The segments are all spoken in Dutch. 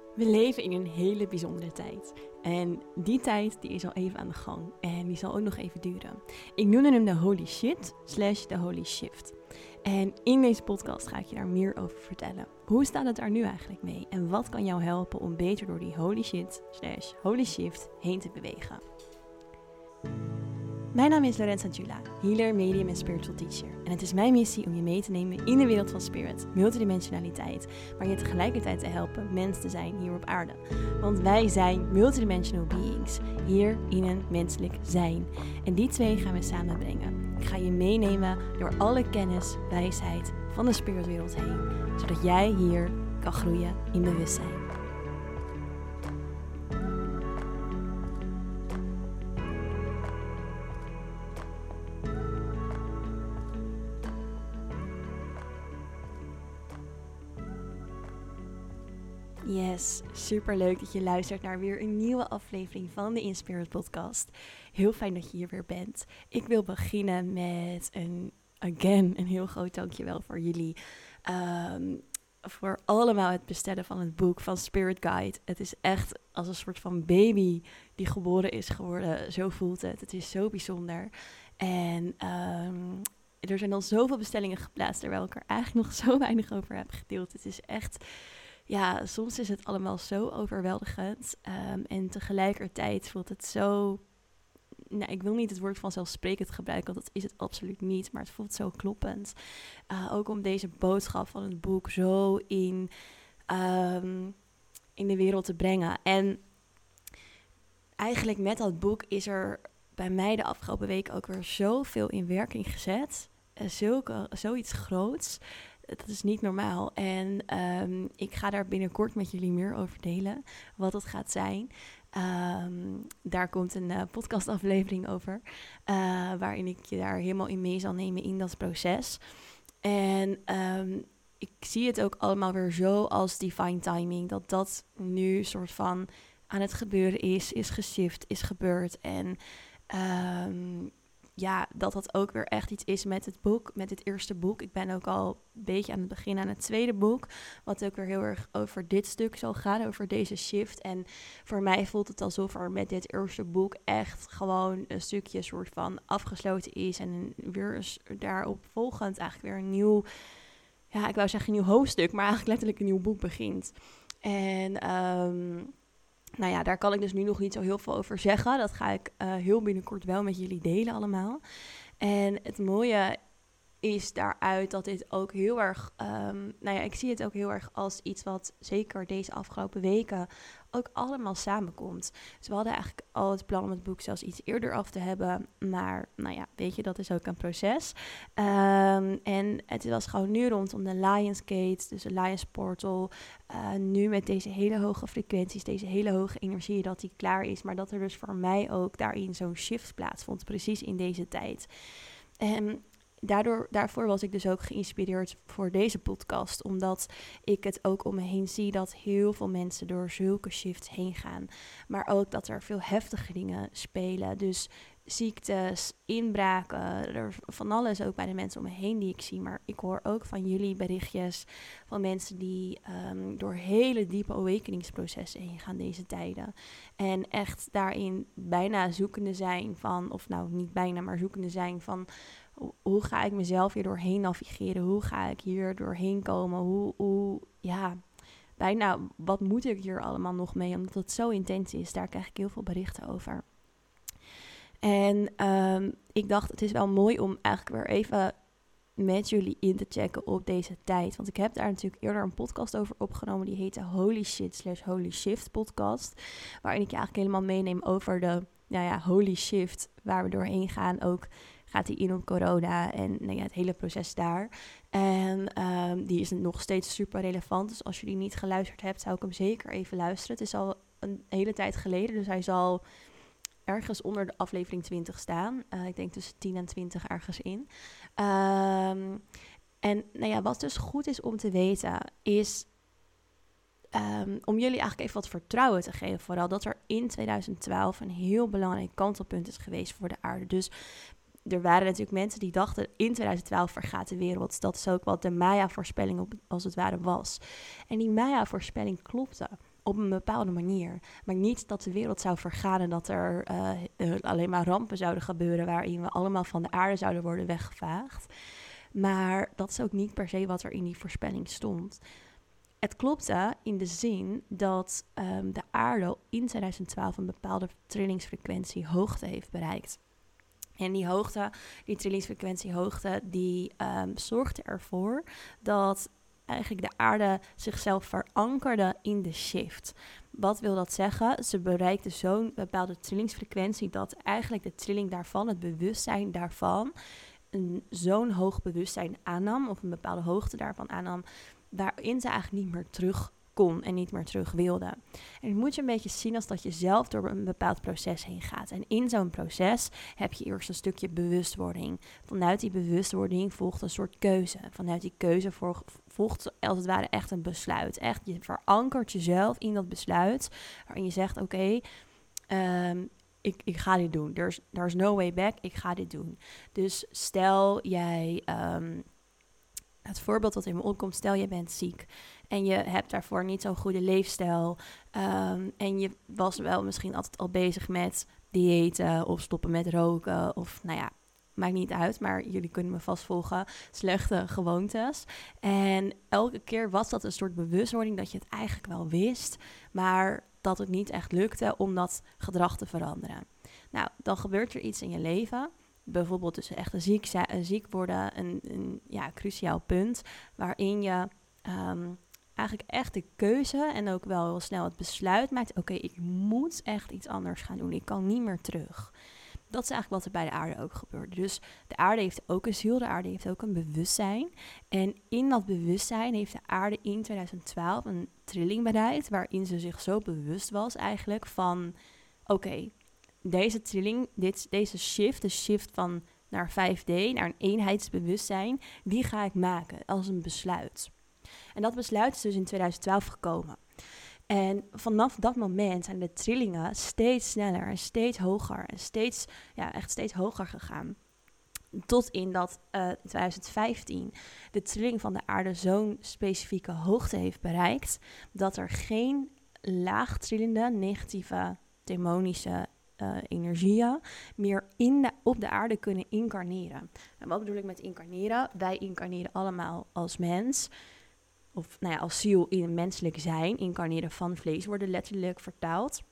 We leven in een hele bijzondere tijd. En die tijd die is al even aan de gang. En die zal ook nog even duren. Ik noemde hem de holy shit / de holy shift. En in deze podcast ga ik je daar meer over vertellen. Hoe staat het daar nu eigenlijk mee? En wat kan jou helpen om beter door die holy shit / holy shift heen te bewegen? Mijn naam is Lorenza Jula, healer, medium en spiritual teacher. En het is mijn missie om je mee te nemen in de wereld van spirit, multidimensionaliteit, maar je tegelijkertijd te helpen mens te zijn hier op aarde. Want wij zijn multidimensional beings, hier in een menselijk zijn. En die twee gaan we samenbrengen. Ik ga je meenemen door alle kennis, wijsheid van de spiritwereld heen, zodat jij hier kan groeien in bewustzijn. Yes, super leuk dat je luistert naar weer een nieuwe aflevering van de Inspirit podcast. Heel fijn dat je hier weer bent. Ik wil beginnen met een heel groot dankjewel voor jullie. Voor allemaal het bestellen van het boek van Spirit Guide. Het is echt als een soort van baby die geboren is geworden. Zo voelt het. Het is zo bijzonder. En er zijn al zoveel bestellingen geplaatst terwijl ik er eigenlijk nog zo weinig over heb gedeeld. Het is echt... Ja, soms is het allemaal zo overweldigend. En tegelijkertijd voelt het zo... Nou, ik wil niet het woord vanzelfsprekend gebruiken, want dat is het absoluut niet. Maar het voelt zo kloppend. Ook om deze boodschap van het boek zo in de wereld te brengen. En eigenlijk met dat boek is er bij mij de afgelopen week ook weer zoveel in werking gezet. Zoiets groots. Dat is niet normaal. En ik ga daar binnenkort met jullie meer over delen. Wat het gaat zijn. Daar komt een podcastaflevering over. Waarin ik je daar helemaal in mee zal nemen in dat proces. En ik zie het ook allemaal weer zo als divine timing. Dat nu soort van aan het gebeuren is geshift, is gebeurd. En... dat ook weer echt iets is met het boek, met het eerste boek. Ik ben ook al een beetje aan het begin aan het tweede boek, wat ook weer heel erg over dit stuk zal gaan, over deze shift. En voor mij voelt het alsof er met dit eerste boek echt gewoon een stukje soort van afgesloten is en weer daarop volgend eigenlijk weer een nieuw, ik wou zeggen een nieuw hoofdstuk, maar eigenlijk letterlijk een nieuw boek begint. En... daar kan ik dus nu nog niet zo heel veel over zeggen. Dat ga ik heel binnenkort wel met jullie delen allemaal. En het mooie is daaruit dat dit ook heel erg... ik zie het ook heel erg als iets wat zeker deze afgelopen weken ook allemaal samenkomt. Dus we hadden eigenlijk al het plan om het boek zelfs iets eerder af te hebben. Maar weet je, dat is ook een proces. En het was gewoon nu rondom de Lionsgate, dus de Lions Portal. Nu met deze hele hoge frequenties, deze hele hoge energie, dat die klaar is. Maar dat er dus voor mij ook daarin zo'n shift plaatsvond, precies in deze tijd. Daarvoor was ik dus ook geïnspireerd voor deze podcast. Omdat ik het ook om me heen zie dat heel veel mensen door zulke shifts heen gaan. Maar ook dat er veel heftige dingen spelen. Dus ziektes, inbraken, er van alles ook bij de mensen om me heen die ik zie. Maar ik hoor ook van jullie berichtjes van mensen die door hele diepe awakeningsprocessen heen gaan deze tijden. En echt daarin bijna zoekende zijn van, of nou niet bijna, maar zoekende zijn van... Hoe ga ik mezelf hier doorheen navigeren? Hoe ga ik hier doorheen komen? Bijna, wat moet ik hier allemaal nog mee? Omdat het zo intens is, daar krijg ik heel veel berichten over. En ik dacht, het is wel mooi om eigenlijk weer even met jullie in te checken op deze tijd. Want ik heb daar natuurlijk eerder een podcast over opgenomen. Die heet de Holy Shit / Holy Shift podcast. Waarin ik je eigenlijk helemaal meeneem over de holy shift waar we doorheen gaan. Ook gaat die in op corona en het hele proces daar. En die is nog steeds super relevant. Dus als je die niet geluisterd hebt, zou ik hem zeker even luisteren. Het is al een hele tijd geleden, dus hij zal ergens onder de aflevering 20 staan. Ik denk tussen 10 en 20 ergens in. Wat dus goed is om te weten, is om jullie eigenlijk even wat vertrouwen te geven. Vooral dat er in 2012 een heel belangrijk kantelpunt is geweest voor de aarde. Dus er waren natuurlijk mensen die dachten, in 2012 vergaat de wereld. Dat is ook wat de Maya-voorspelling als het ware was. En die Maya-voorspelling klopte. op een bepaalde manier. Maar niet dat de wereld zou vergaan en dat er alleen maar rampen zouden gebeuren waarin we allemaal van de aarde zouden worden weggevaagd. Maar dat is ook niet per se wat er in die voorspelling stond. Het klopte in de zin dat de aarde in 2012 een bepaalde trillingsfrequentie hoogte heeft bereikt. En die hoogte, die trillingsfrequentie hoogte, die zorgde ervoor dat eigenlijk de aarde zichzelf verankerde in de shift. Wat wil dat zeggen? Ze bereikte zo'n bepaalde trillingsfrequentie dat eigenlijk de trilling daarvan, het bewustzijn daarvan, zo'n hoog bewustzijn aannam, of een bepaalde hoogte daarvan aannam, waarin ze eigenlijk niet meer terug kon en niet meer terug wilde. En het moet je een beetje zien als dat je zelf door een bepaald proces heen gaat. En in zo'n proces heb je eerst een stukje bewustwording. Vanuit die bewustwording volgt een soort keuze. Vanuit die keuze volgt als het ware echt een besluit. Echt, je verankert jezelf in dat besluit waarin je zegt, oké, ik ga dit doen. There's no way back, ik ga dit doen. Dus stel jij... Het voorbeeld dat in me opkomt, stel je bent ziek en je hebt daarvoor niet zo'n goede leefstijl en je was wel misschien altijd al bezig met diëten of stoppen met roken of nou ja, maakt niet uit, maar jullie kunnen me vast volgen, slechte gewoontes. En elke keer was dat een soort bewustwording dat je het eigenlijk wel wist, maar dat het niet echt lukte om dat gedrag te veranderen. Nou, dan gebeurt er iets in je leven. Bijvoorbeeld dus echt ziek worden, een cruciaal punt, waarin je eigenlijk echt de keuze en ook wel heel snel het besluit maakt, oké, ik moet echt iets anders gaan doen, ik kan niet meer terug. Dat is eigenlijk wat er bij de aarde ook gebeurde. Dus de aarde heeft ook een ziel, de aarde heeft ook een bewustzijn. En in dat bewustzijn heeft de aarde in 2012 een trilling bereikt, waarin ze zich zo bewust was eigenlijk van, oké, deze trilling, deze shift, de shift van naar 5D, naar een eenheidsbewustzijn, die ga ik maken als een besluit. En dat besluit is dus in 2012 gekomen. En vanaf dat moment zijn de trillingen steeds sneller en steeds hoger en steeds hoger gegaan. Tot in dat 2015 de trilling van de aarde zo'n specifieke hoogte heeft bereikt, dat er geen laagtrillende, negatieve, demonische energieën meer op de aarde kunnen incarneren. En wat bedoel ik met incarneren? Wij incarneren allemaal als mens, of nou ja, als ziel in een menselijk zijn. Incarneren van vlees worden letterlijk vertaald.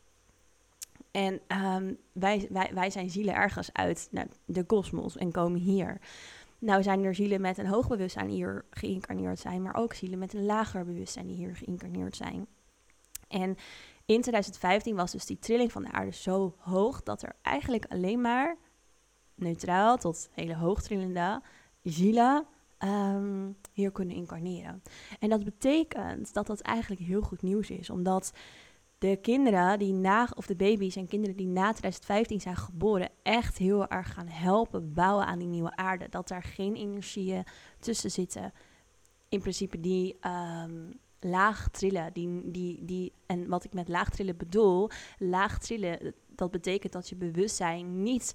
En wij zijn zielen ergens uit de kosmos en komen hier. Nou zijn er zielen met een hoog bewustzijn die hier geïncarneerd zijn, maar ook zielen met een lager bewustzijn die hier geïncarneerd zijn. En in 2015 was dus die trilling van de aarde zo hoog dat er eigenlijk alleen maar neutraal tot hele hoogtrillende zielen hier kunnen incarneren. En dat betekent dat dat eigenlijk heel goed nieuws is, omdat de kinderen de baby's en kinderen die na 2015 zijn geboren echt heel erg gaan helpen bouwen aan die nieuwe aarde. Dat daar geen energieën tussen zitten. In principe die laag trillen. En wat ik met laag trillen bedoel, laag trillen, dat betekent dat je bewustzijn niet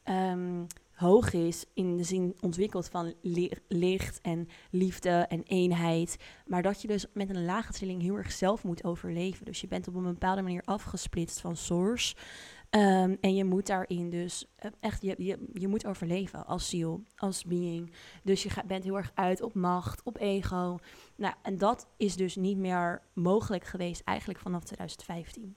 hoog is in de zin ontwikkeld van licht en liefde en eenheid, maar dat je dus met een lage trilling heel erg zelf moet overleven. Dus je bent op een bepaalde manier afgesplitst van source en je moet daarin dus echt, je moet overleven als ziel, als being. Dus je bent heel erg uit op macht, op ego. Nou, en dat is dus niet meer mogelijk geweest eigenlijk vanaf 2015.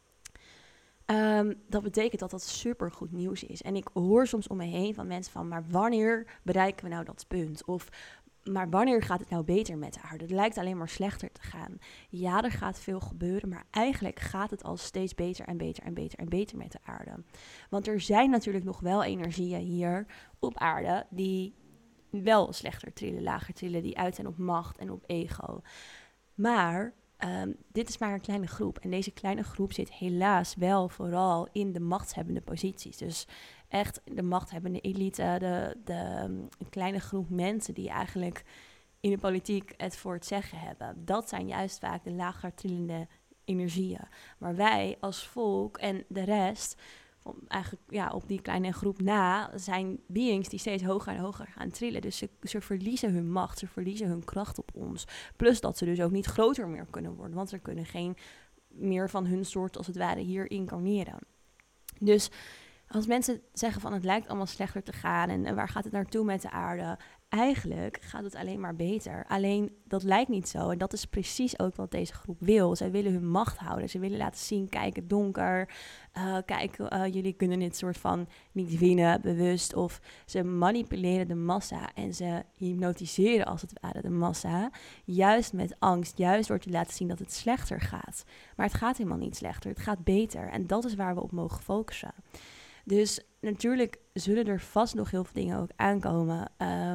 Dat betekent dat dat supergoed nieuws is. En ik hoor soms om me heen van mensen van, maar wanneer bereiken we nou dat punt? Of, maar wanneer gaat het nou beter met de aarde? Het lijkt alleen maar slechter te gaan. Ja, er gaat veel gebeuren, maar eigenlijk gaat het al steeds beter en beter en beter en beter met de aarde. Want er zijn natuurlijk nog wel energieën hier op aarde die wel slechter trillen, lager trillen, die uit zijn op macht en op ego. Maar dit is maar een kleine groep. En deze kleine groep zit helaas wel vooral in de machtshebbende posities. Dus echt de machthebbende elite, een kleine groep mensen die eigenlijk in de politiek het voor het zeggen hebben. Dat zijn juist vaak de lager trillende energieën. Maar wij als volk en de rest, eigenlijk op die kleine groep na, zijn beings die steeds hoger en hoger gaan trillen. Dus ze verliezen hun macht, ze verliezen hun kracht op ons. Plus dat ze dus ook niet groter meer kunnen worden, want er kunnen geen meer van hun soort als het ware hier incarneren. Dus als mensen zeggen van het lijkt allemaal slechter te gaan en waar gaat het naartoe met de aarde? Eigenlijk gaat het alleen maar beter. Alleen dat lijkt niet zo. En dat is precies ook wat deze groep wil. Zij willen hun macht houden. Ze willen laten zien, kijk het donker. Kijk, jullie kunnen dit soort van niet winnen, bewust. Of ze manipuleren de massa en ze hypnotiseren als het ware de massa. Juist met angst, juist door te laten zien dat het slechter gaat. Maar het gaat helemaal niet slechter, het gaat beter. En dat is waar we op mogen focussen. Dus natuurlijk zullen er vast nog heel veel dingen ook aankomen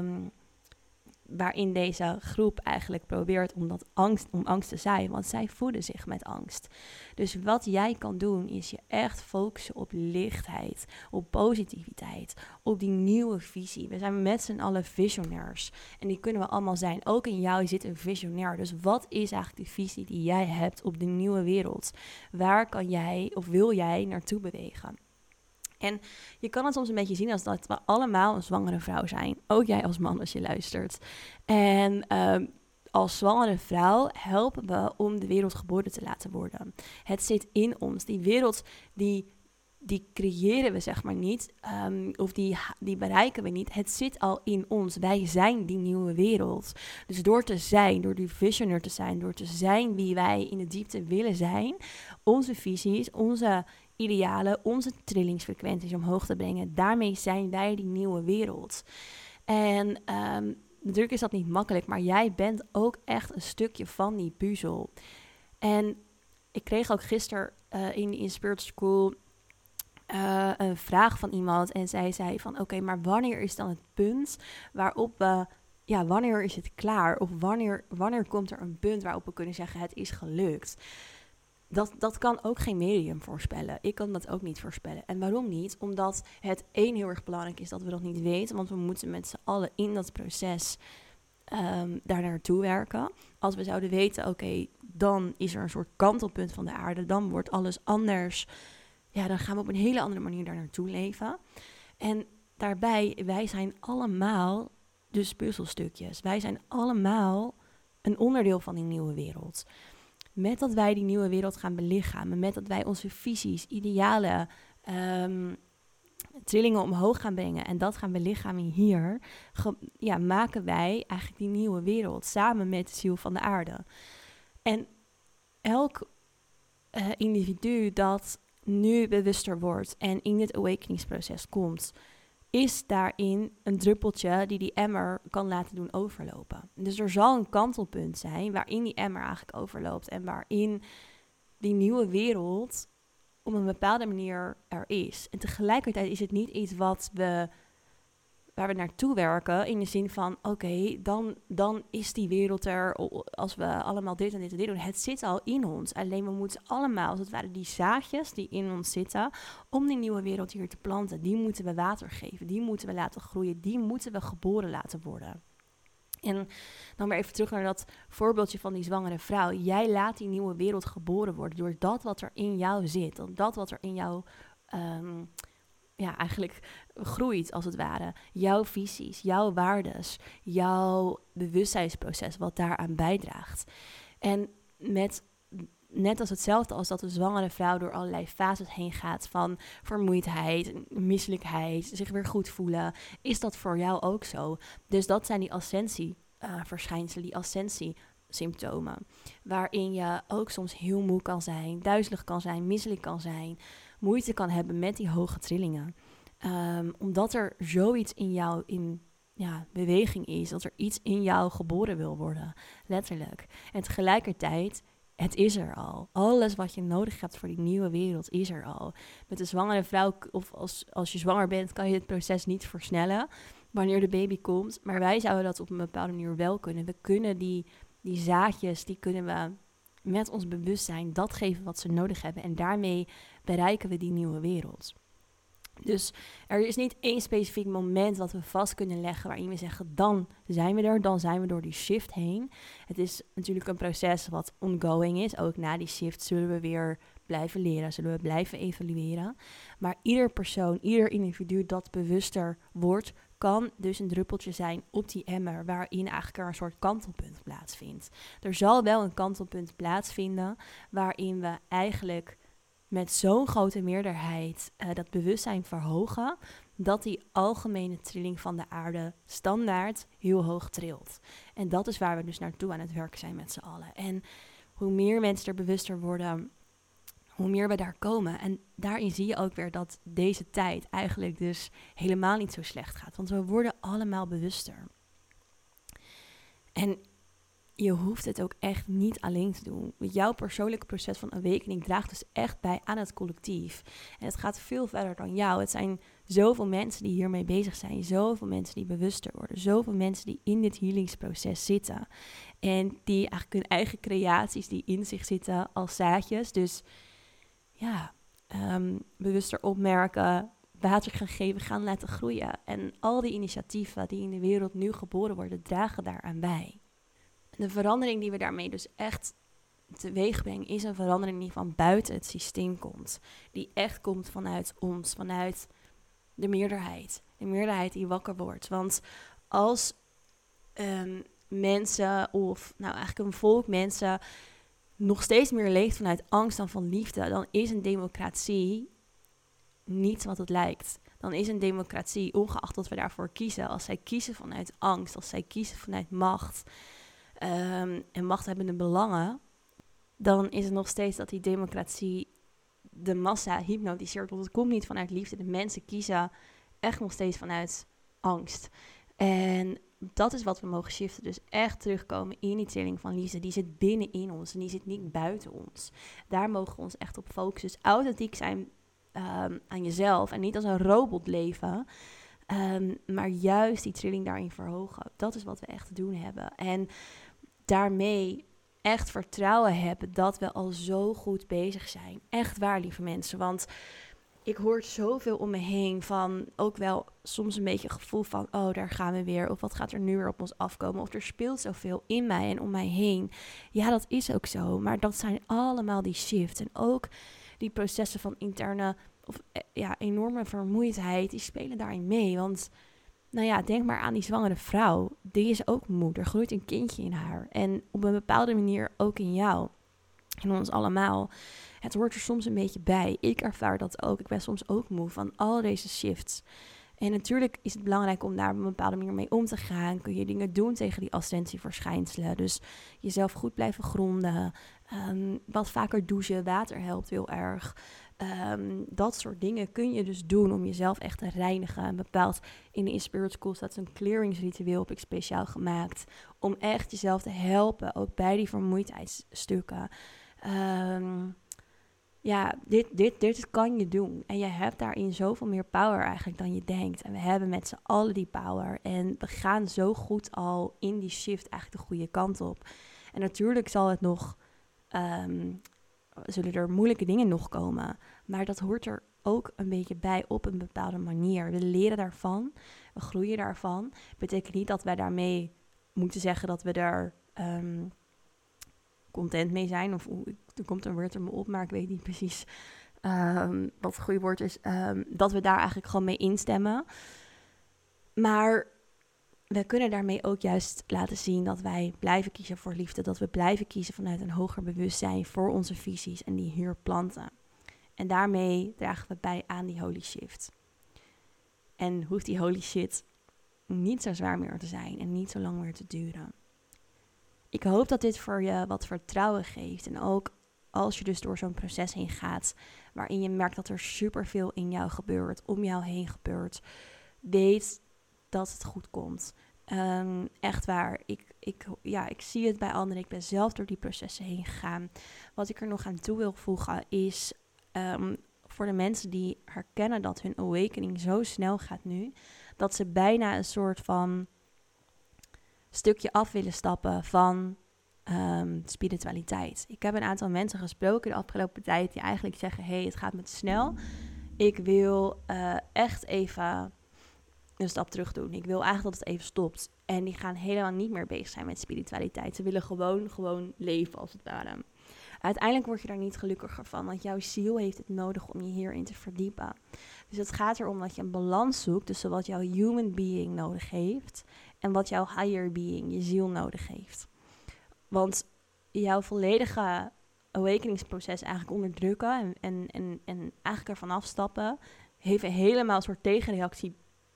waarin deze groep eigenlijk probeert om angst te zaaien, want zij voeden zich met angst. Dus wat jij kan doen is je echt focussen op lichtheid, op positiviteit, op die nieuwe visie. We zijn met z'n allen visionairs en die kunnen we allemaal zijn. Ook in jou zit een visionair. Dus wat is eigenlijk de visie die jij hebt op de nieuwe wereld? Waar kan jij of wil jij naartoe bewegen? En je kan het soms een beetje zien als dat we allemaal een zwangere vrouw zijn. Ook jij als man als je luistert. En als zwangere vrouw helpen we om de wereld geboren te laten worden. Het zit in ons. Die wereld die creëren we zeg maar niet. Of die bereiken we niet. Het zit al in ons. Wij zijn die nieuwe wereld. Dus door te zijn, door die visionair te zijn, door te zijn wie wij in de diepte willen zijn, onze visies, onze idealen, onze trillingsfrequenties omhoog te brengen. Daarmee zijn wij die nieuwe wereld. En natuurlijk is dat niet makkelijk, maar jij bent ook echt een stukje van die puzzel. En ik kreeg ook gisteren in Spirit School een vraag van iemand en zij zei van oké, maar wanneer is dan het punt waarop we, wanneer is het klaar? Of wanneer komt er een punt waarop we kunnen zeggen het is gelukt? Dat kan ook geen medium voorspellen. Ik kan dat ook niet voorspellen. En waarom niet? Omdat het heel erg belangrijk is dat we dat niet weten. Want we moeten met z'n allen in dat proces daar naartoe werken. Als we zouden weten, oké, dan is er een soort kantelpunt van de aarde. Dan wordt alles anders. Ja, dan gaan we op een hele andere manier daar naartoe leven. En daarbij, wij zijn allemaal dus puzzelstukjes. Wij zijn allemaal een onderdeel van die nieuwe wereld. Met dat wij die nieuwe wereld gaan belichamen, met dat wij onze visies, idealen, trillingen omhoog gaan brengen en dat gaan belichamen hier, maken wij eigenlijk die nieuwe wereld samen met de ziel van de aarde. En elk individu dat nu bewuster wordt en in dit awakeningsproces komt, is daarin een druppeltje die emmer kan laten doen overlopen. Dus er zal een kantelpunt zijn waarin die emmer eigenlijk overloopt en waarin die nieuwe wereld op een bepaalde manier er is. En tegelijkertijd is het niet iets waar we naartoe werken in de zin van oké, dan is die wereld er als we allemaal dit en dit en dit doen. Het zit al in ons. Alleen we moeten allemaal, als het ware, die zaadjes die in ons zitten, om die nieuwe wereld hier te planten, die moeten we water geven. Die moeten we laten groeien. Die moeten we geboren laten worden. En dan weer even terug naar dat voorbeeldje van die zwangere vrouw. Jij laat die nieuwe wereld geboren worden door dat wat er in jou zit. Dat wat er in jou eigenlijk groeit, als het ware. Jouw visies, jouw waardes, jouw bewustzijnsproces, wat daaraan bijdraagt. En net als hetzelfde als dat een zwangere vrouw door allerlei fases heen gaat van vermoeidheid, misselijkheid, zich weer goed voelen, is dat voor jou ook zo. Dus dat zijn die ascensieverschijnselen, die ascensiesymptomen, waarin je ook soms heel moe kan zijn, duizelig kan zijn, misselijk kan zijn, moeite kan hebben met die hoge trillingen. Omdat er zoiets in jou in beweging is, dat er iets in jou geboren wil worden, letterlijk. En tegelijkertijd, het is er al. Alles wat je nodig hebt voor die nieuwe wereld is er al. Met een zwangere vrouw, of als je zwanger bent, kan je het proces niet versnellen wanneer de baby komt. Maar wij zouden dat op een bepaalde manier wel kunnen. We kunnen die zaadjes, die kunnen we met ons bewustzijn dat geven wat ze nodig hebben. En daarmee bereiken we die nieuwe wereld. Dus er is niet één specifiek moment wat we vast kunnen leggen waarin we zeggen, dan zijn we er, dan zijn we door die shift heen. Het is natuurlijk een proces wat ongoing is. Ook na die shift zullen we weer blijven leren, zullen we blijven evalueren. Maar ieder persoon, ieder individu dat bewuster wordt, kan dus een druppeltje zijn op die emmer waarin eigenlijk er een soort kantelpunt plaatsvindt. Er zal wel een kantelpunt plaatsvinden waarin we eigenlijk met zo'n grote meerderheid dat bewustzijn verhogen, dat die algemene trilling van de aarde standaard heel hoog trilt. En dat is waar we dus naartoe aan het werken zijn met z'n allen. En hoe meer mensen er bewuster worden, hoe meer we daar komen. En daarin zie je ook weer dat deze tijd eigenlijk dus helemaal niet zo slecht gaat. Want we worden allemaal bewuster. En je hoeft het ook echt niet alleen te doen. Jouw persoonlijke proces van awakening draagt dus echt bij aan het collectief. En het gaat veel verder dan jou. Het zijn zoveel mensen die hiermee bezig zijn. Zoveel mensen die bewuster worden. Zoveel mensen die in dit healingsproces zitten. En die eigenlijk hun eigen creaties die in zich zitten als zaadjes. Dus ja, bewuster opmerken, water gaan geven, gaan laten groeien. En al die initiatieven die in de wereld nu geboren worden, dragen daaraan bij. De verandering die we daarmee dus echt teweeg brengen, is een verandering die van buiten het systeem komt. Die echt komt vanuit ons, vanuit de meerderheid. De meerderheid die wakker wordt. Want als mensen, of nou eigenlijk een volk mensen, nog steeds meer leeft vanuit angst dan van liefde, dan is een democratie niet wat het lijkt. Dan is een democratie, ongeacht wat we daarvoor kiezen, als zij kiezen vanuit angst, als zij kiezen vanuit macht en machthebbende belangen, dan is het nog steeds dat die democratie de massa hypnotiseert. Want het komt niet vanuit liefde. De mensen kiezen echt nog steeds vanuit angst. En dat is wat we mogen shiften. Dus echt terugkomen in die trilling van liefde. Die zit binnenin ons en die zit niet buiten ons. Daar mogen we ons echt op focussen. Dus authentiek zijn aan jezelf en niet als een robot leven. Maar juist die trilling daarin verhogen. Dat is wat we echt te doen hebben. En daarmee echt vertrouwen hebben dat we al zo goed bezig zijn. Echt waar, lieve mensen. Want ik hoor zoveel om me heen van ook wel soms een beetje het gevoel van, oh, daar gaan we weer. Of wat gaat er nu weer op ons afkomen? Of er speelt zoveel in mij en om mij heen. Ja, dat is ook zo. Maar dat zijn allemaal die shifts. En ook die processen van interne of enorme vermoeidheid, die spelen daarin mee. Want nou ja, denk maar aan die zwangere vrouw. Die is ook moe. Er groeit een kindje in haar. En op een bepaalde manier ook in jou. In ons allemaal. Het hoort er soms een beetje bij. Ik ervaar dat ook. Ik ben soms ook moe van al deze shifts. En natuurlijk is het belangrijk om daar op een bepaalde manier mee om te gaan. Kun je dingen doen tegen die ascensieverschijnselen. Dus jezelf goed blijven gronden. Wat vaker douchen. Water helpt heel erg. Dat soort dingen kun je dus doen om jezelf echt te reinigen. En bepaald in de Spirit School staat een clearingsritueel, heb ik speciaal gemaakt. Om echt jezelf te helpen, ook bij die vermoeidheidsstukken. Dit kan je doen. En je hebt daarin zoveel meer power eigenlijk dan je denkt. En we hebben met z'n allen die power. En we gaan zo goed al in die shift eigenlijk de goede kant op. En natuurlijk zal het nog zullen er moeilijke dingen nog komen. Maar dat hoort er ook een beetje bij op een bepaalde manier. We leren daarvan, we groeien daarvan. Betekent niet dat wij daarmee moeten zeggen dat we daar content mee zijn. Of er komt een woord er me op, maar ik weet niet precies wat het goede woord is. Dat we daar eigenlijk gewoon mee instemmen. Maar we kunnen daarmee ook juist laten zien dat wij blijven kiezen voor liefde. Dat we blijven kiezen vanuit een hoger bewustzijn voor onze visies en die hier planten. En daarmee dragen we bij aan die holy shift. En hoeft die holy shit niet zo zwaar meer te zijn en niet zo lang meer te duren. Ik hoop dat dit voor je wat vertrouwen geeft. En ook als je dus door zo'n proces heen gaat, waarin je merkt dat er superveel in jou gebeurt, om jou heen gebeurt. Weet dat het goed komt. Echt waar. Ik zie het bij anderen. Ik ben zelf door die processen heen gegaan. Wat ik er nog aan toe wil voegen is voor de mensen die herkennen dat hun awakening zo snel gaat nu, dat ze bijna een soort van stukje af willen stappen van spiritualiteit. Ik heb een aantal mensen gesproken de afgelopen tijd die eigenlijk zeggen, hey, het gaat me te snel. Ik wil echt even een stap terug doen. Ik wil eigenlijk dat het even stopt. En die gaan helemaal niet meer bezig zijn met spiritualiteit. Ze willen gewoon leven als het ware. Uiteindelijk word je daar niet gelukkiger van, want jouw ziel heeft het nodig om je hierin te verdiepen. Dus het gaat erom dat je een balans zoekt tussen wat jouw human being nodig heeft en wat jouw higher being, je ziel, nodig heeft. Want jouw volledige awakeningsproces eigenlijk onderdrukken en eigenlijk ervan afstappen, heeft helemaal een soort tegenreactie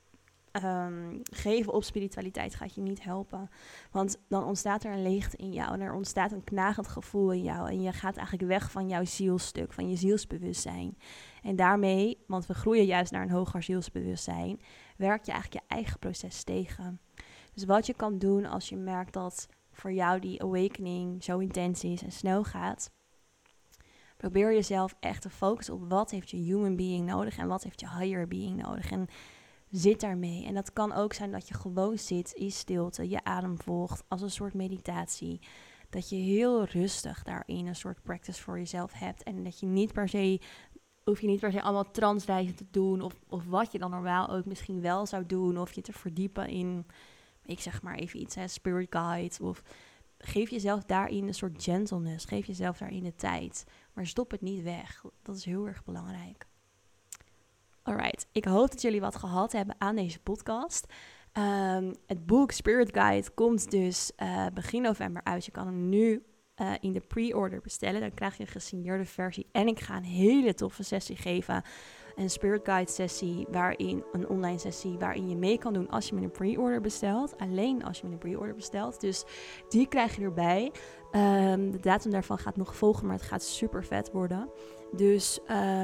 geven op spiritualiteit gaat je niet helpen. Want dan ontstaat er een leegte in jou en er ontstaat een knagend gevoel in jou en je gaat eigenlijk weg van jouw zielstuk, van je zielsbewustzijn. En daarmee, want we groeien juist naar een hoger zielsbewustzijn, werk je eigenlijk je eigen proces tegen. Dus wat je kan doen als je merkt dat voor jou die awakening zo intens is en snel gaat, probeer jezelf echt te focussen op wat heeft je human being nodig en wat heeft je higher being nodig. En zit daarmee. En dat kan ook zijn dat je gewoon zit in stilte, je adem volgt als een soort meditatie. Dat je heel rustig daarin een soort practice voor jezelf hebt. En dat je niet per se, hoef je niet per se allemaal transreizen te doen. Of wat je dan normaal ook misschien wel zou doen. Of je te verdiepen in, ik zeg maar even iets, spirit guides. Of geef jezelf daarin een soort gentleness. Geef jezelf daarin de tijd. Maar stop het niet weg. Dat is heel erg belangrijk. Alright, ik hoop dat jullie wat gehad hebben aan deze podcast. Het boek Spirit Guide komt dus begin november uit. Je kan hem nu in de pre-order bestellen. Dan krijg je een gesigneerde versie. En ik ga een hele toffe sessie geven. Een Spirit Guide sessie, een online sessie waarin je mee kan doen als je met een pre-order bestelt. Alleen als je met een pre-order bestelt. Dus die krijg je erbij. De datum daarvan gaat nog volgen, maar het gaat super vet worden. Dus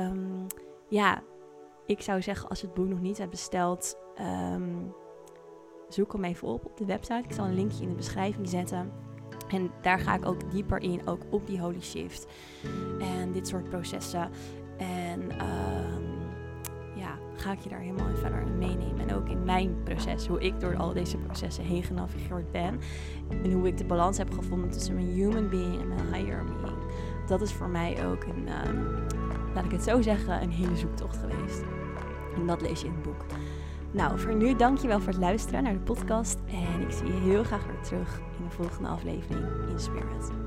ja, ik zou zeggen, als je het boek nog niet hebt besteld, zoek hem even op de website. Ik zal een linkje in de beschrijving zetten. En daar ga ik ook dieper in, ook op die holy shift. En dit soort processen. En ja, ga ik je daar helemaal verder in meenemen. En ook in mijn proces, hoe ik door al deze processen heen genavigeerd ben. En hoe ik de balans heb gevonden tussen mijn human being en mijn higher being. Dat is voor mij ook laat ik het zo zeggen, een hele zoektocht geweest. En dat lees je in het boek. Nou, voor nu dankjewel voor het luisteren naar de podcast. En ik zie je heel graag weer terug in de volgende aflevering in Spirit.